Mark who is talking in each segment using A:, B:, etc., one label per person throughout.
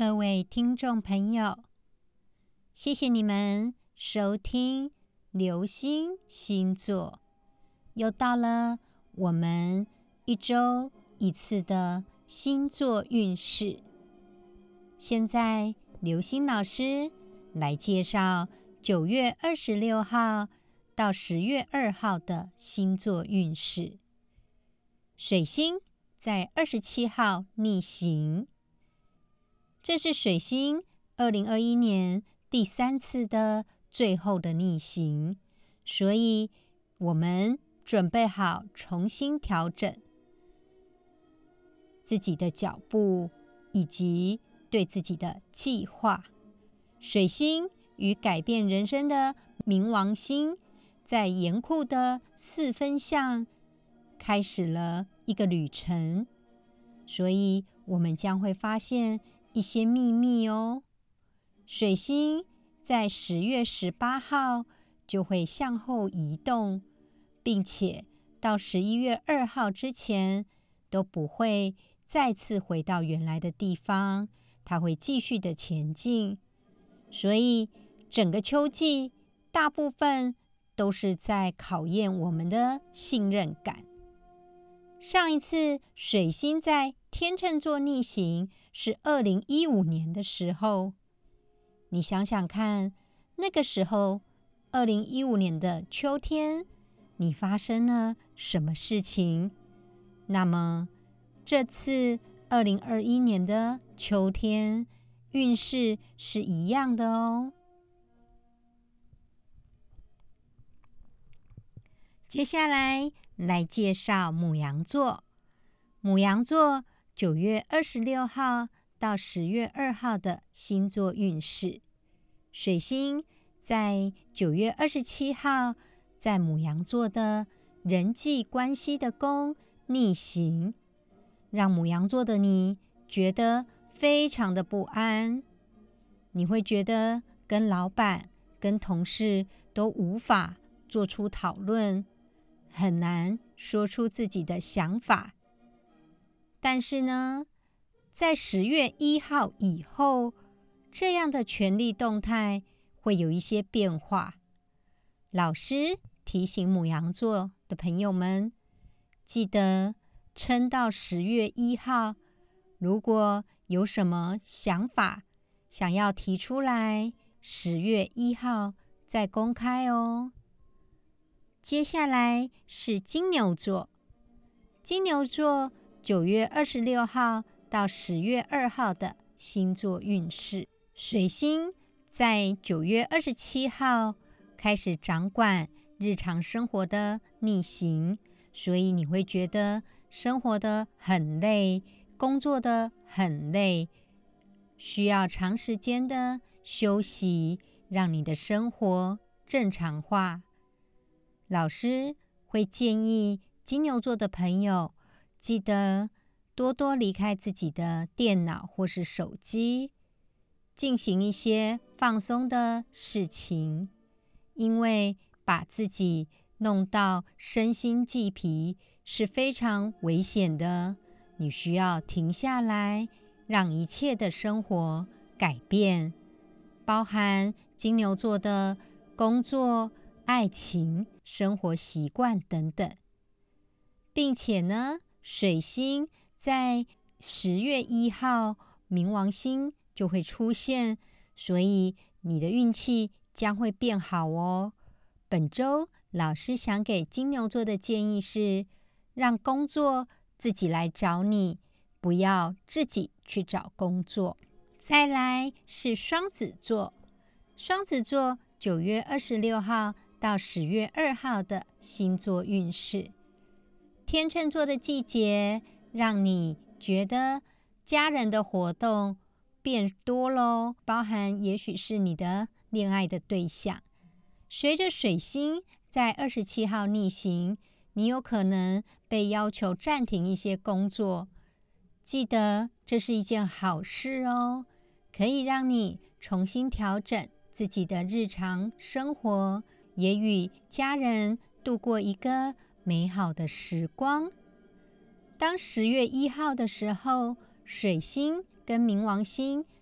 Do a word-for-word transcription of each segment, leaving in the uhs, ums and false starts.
A: 各位听众朋友，谢谢你们收听流星星座。又到了我们一周一次的星座运势。现在流星老师来介绍九月二十六号到十月二号的星座运势。水星在二十七号逆行，这是水星二零二一年第三次的最后的逆行，所以我们准备好重新调整自己的脚步以及对自己的计划。水星与改变人生的冥王星在严酷的四分相开始了一个旅程，所以我们将会发现一些秘密哦。水星在十月十八号就会向后移动，并且到十一月二号之前都不会再次回到原来的地方，它会继续的前进。所以整个秋季大部分都是在考验我们的信任感。上一次水星在天秤座逆行是二零一五年的时候，你想想看，那个时候二零一五年的秋天你发生了什么事情？那么这次二零二一年的秋天运势是一样的哦。接下来来介绍牡羊座。牡羊座九月二十六号到十月二号的星座运势。水星在九月二十七号在牡羊座的人际关系的宫逆行，让牡羊座的你觉得非常的不安。你会觉得跟老板、跟同事都无法做出讨论，很难说出自己的想法。但是呢，在十月一号以后，这样的权力动态会有一些变化。老师提醒牡羊座的朋友们，记得撑到十月一号，如果有什么想法想要提出来，十月一号再公开哦。接下来是金牛座。金牛座九月二十六号到十月二号的星座运势。水星在九月二十七号开始掌管日常生活的逆行，所以你会觉得生活的很累，工作的很累，需要长时间的休息，让你的生活正常化。老师会建议金牛座的朋友记得多多离开自己的电脑或是手机，进行一些放松的事情，因为把自己弄到身心俱疲是非常危险的。你需要停下来，让一切的生活改变，包含金牛座的工作、爱情、生活习惯等等。并且呢，水星在十月一号冥王星就会出现，所以你的运气将会变好哦。本周老师想给金牛座的建议是，让工作自己来找你，不要自己去找工作。再来是双子座。双子座九月二十六号到十月二号的星座运势。天秤座的季节让你觉得家人的活动变多咯，包含也许是你的恋爱的对象。随着水星在二十七号逆行，你有可能被要求暂停一些工作。记得这是一件好事哦，可以让你重新调整自己的日常生活，也与家人度过一个美好的时光。当十月一号的时候，水星跟冥王星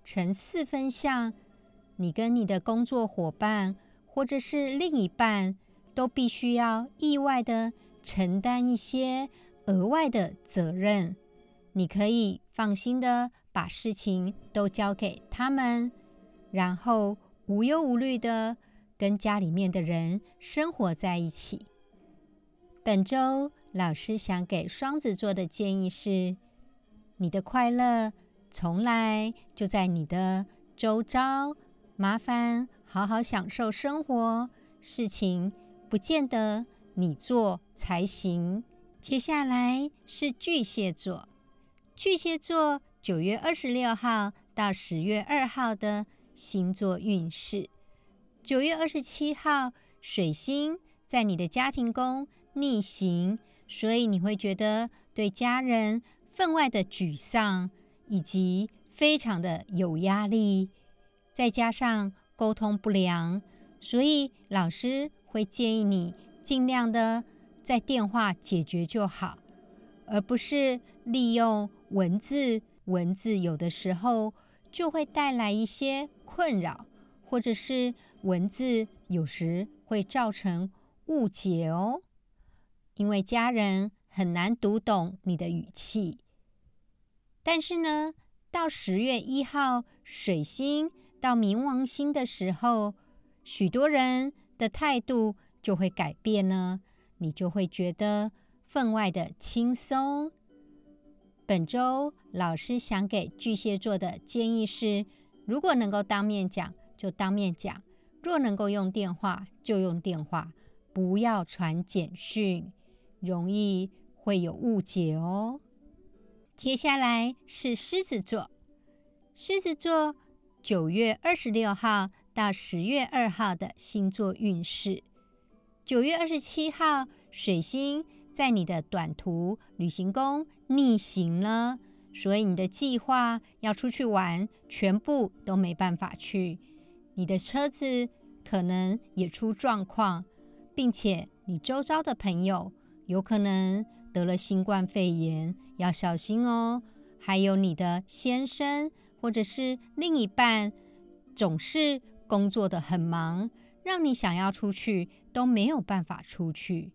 A: 成四分相，你跟你的工作伙伴或者是另一半都必须要意外的承担一些额外的责任。你可以放心的把事情都交给他们，然后无忧无虑的跟家里面的人生活在一起。本周老师想给双子座的建议是，你的快乐从来就在你的周遭，麻烦好好享受生活，事情不见得你做才行。接下来是巨蟹座，巨蟹座九月二十六号到十月二号的星座运势。九月二十七号，水星在你的家庭宫逆行，所以你会觉得对家人分外的沮丧，以及非常的有压力，再加上沟通不良，所以老师会建议你尽量的在电话解决就好，而不是利用文字。文字有的时候就会带来一些困扰，或者是文字有时会造成误解哦，因为家人很难读懂你的语气。但是呢，到十月一号水星到冥王星的时候，许多人的态度就会改变呢，你就会觉得分外的轻松。本周老师想给巨蟹座的建议是，如果能够当面讲就当面讲，若能够用电话就用电话，不要传简讯，容易会有误解哦。接下来是狮子座，狮子座九月二十六号到十月二号的星座运势。九月二十七号，水星在你的短途旅行宫逆行了，所以你的计划要出去玩，全部都没办法去。你的车子可能也出状况，并且你周遭的朋友有可能得了新冠肺炎，要小心哦。还有你的先生或者是另一半，总是工作得很忙，让你想要出去都没有办法出去。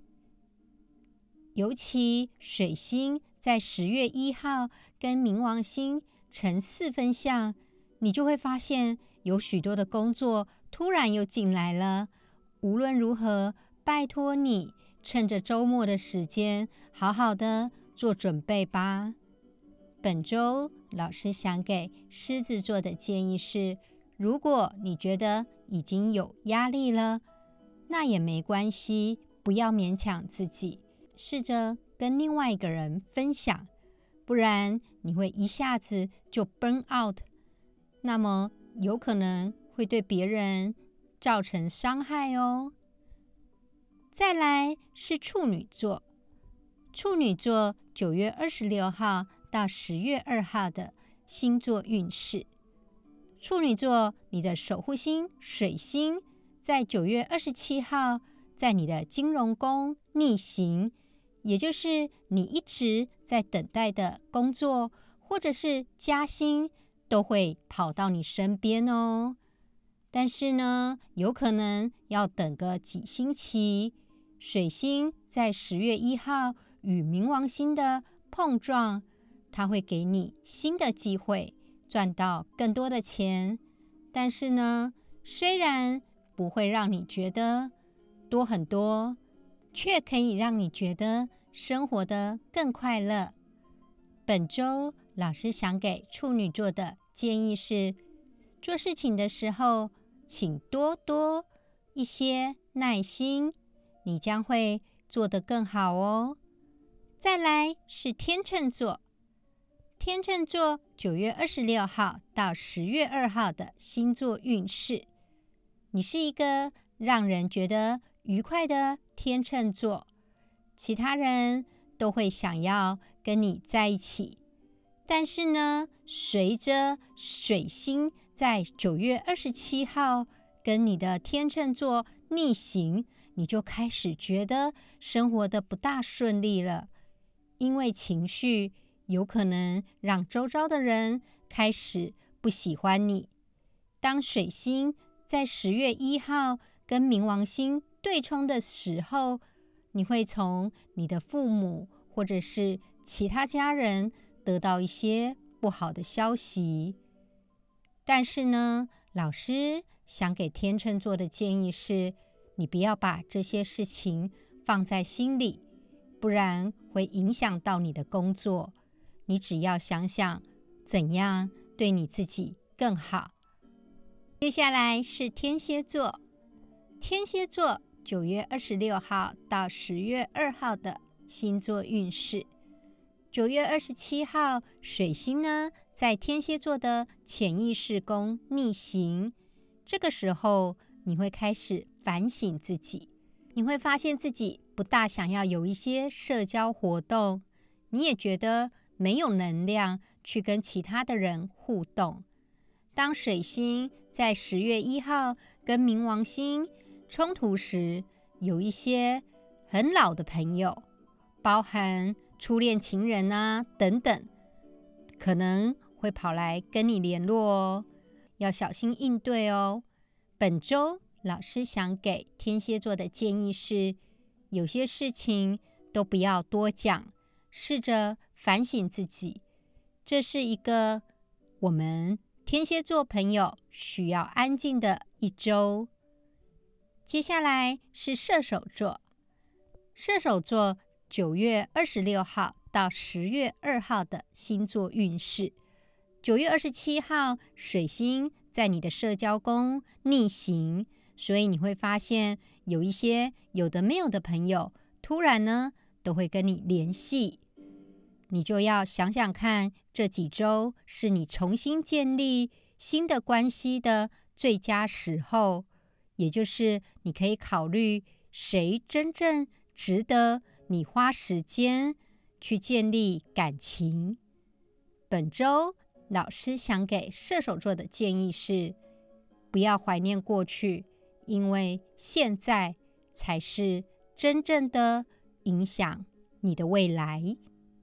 A: 尤其水星在十月一号跟冥王星成四分相，你就会发现有许多的工作突然又进来了。无论如何，拜托你趁着周末的时间好好的做准备吧。本周老师想给狮子座的建议是，如果你觉得已经有压力了，那也没关系，不要勉强自己，试着跟另外一个人分享，不然你会一下子就 burn out， 那么有可能会对别人造成伤害哦。再来是处女座，处女座九月二十六号到十月二号的星座运势。处女座，你的守护星水星在九月二十七号在你的金融宫逆行，也就是你一直在等待的工作或者是加薪都会跑到你身边哦。但是呢，有可能要等个几星期。水星在十月一号与冥王星的碰撞，它会给你新的机会，赚到更多的钱。但是呢，虽然不会让你觉得多很多，却可以让你觉得生活得更快乐。本周老师想给处女座的建议是，做事情的时候请多多一些耐心，你将会做得更好哦。再来是天秤座，天秤座九月二十六号到十月二号的星座运势。你是一个让人觉得愉快的天秤座，其他人都会想要跟你在一起。但是呢，随着水星在九月二十七号跟你的天秤座逆行，你就开始觉得生活的不大顺利了，因为情绪有可能让周遭的人开始不喜欢你。当水星在十月一号跟冥王星对冲的时候，你会从你的父母或者是其他家人得到一些不好的消息。但是呢，老师想给天秤座的建议是，你不要把这些事情放在心里，不然会影响到你的工作。你只要想想怎样对你自己更好。接下来是天蝎座，天蝎座九月二十六号到十月二号的星座运势。九月二十七号，水星呢在天蝎座的潜意识宫逆行，这个时候你会开始反省自己，你会发现自己不大想要有一些社交活动，你也觉得没有能量去跟其他的人互动。当水星在十月一号跟冥王星冲突时，有一些很老的朋友，包含初恋情人啊等等，可能会跑来跟你联络哦，要小心应对哦。本周老师想给天蝎座的建议是，有些事情都不要多讲，试着反省自己。这是一个我们天蝎座朋友需要安静的一周。接下来是射手座，射手座九月二十六号到十月二号的星座运势。九月二十七号，水星在你的社交宫逆行，所以你会发现有一些有的没有的朋友，突然呢都会跟你联系。你就要想想看，这几周是你重新建立新的关系的最佳时候，也就是你可以考虑谁真正值得你花时间去建立感情。本周老师想给射手座的建议是，不要怀念过去，因为现在才是真正的影响你的未来。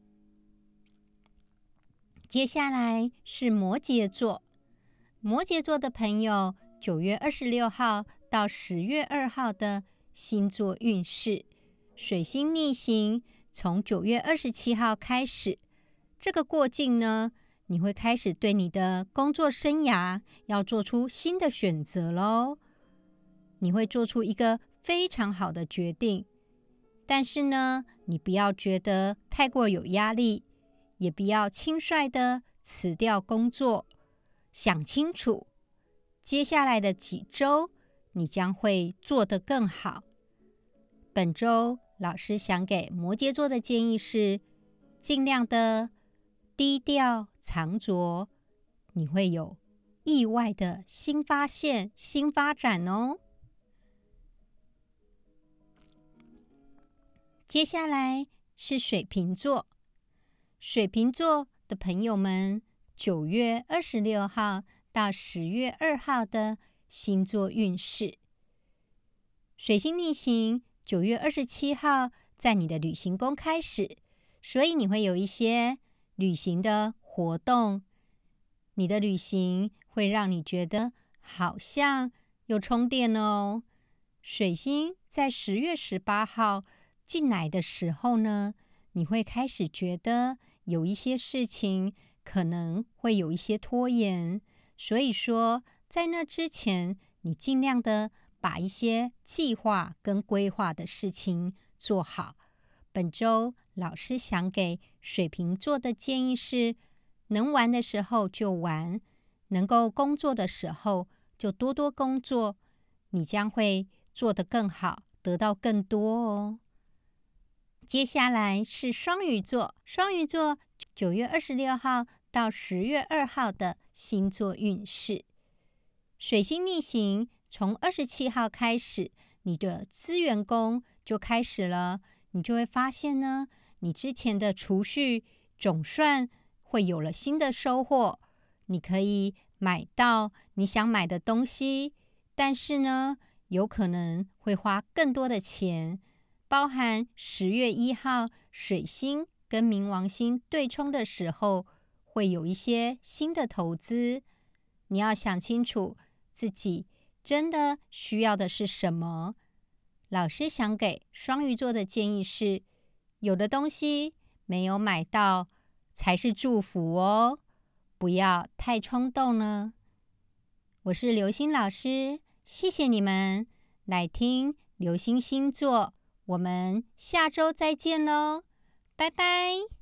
A: 接下来是摩羯座，摩羯座的朋友九月二十六号到十月二号的星座运势。水星逆行从九月二十七号开始，这个过境呢，你会开始对你的工作生涯要做出新的选择咯。你会做出一个非常好的决定，但是呢，你不要觉得太过有压力，也不要轻率的辞掉工作，想清楚，接下来的几周你将会做得更好。本周老师想给摩羯座的建议是，尽量的低调藏拙，你会有意外的新发现、新发展哦。接下来是水瓶座，水瓶座的朋友们，九月二十六号到十月二号的星座运势。水星逆行，九月二十七号在你的旅行宫开始，所以你会有一些旅行的活动。你的旅行会让你觉得好像有充电哦。水星在十月十八号进来的时候呢，你会开始觉得有一些事情可能会有一些拖延，所以说在那之前，你尽量的把一些计划跟规划的事情做好。本周老师想给水瓶座的建议是，能玩的时候就玩，能够工作的时候就多多工作，你将会做得更好，得到更多哦。接下来是双鱼座，双鱼座九月二十六号到十月二号的星座运势。水星逆行，从二十七号开始，你的资源宫就开始了，你就会发现呢，你之前的储蓄总算会有了新的收获，你可以买到你想买的东西，但是呢，有可能会花更多的钱。包含十月一号水星跟冥王星对冲的时候，会有一些新的投资， 你要想清楚自己真的需要的是什么。老师想给双鱼座的建议是，有的东西没有买到才是祝福哦，不要太冲动呢。我是刘星老师，谢谢你们来听流星星座，我们下周再见喽，拜拜。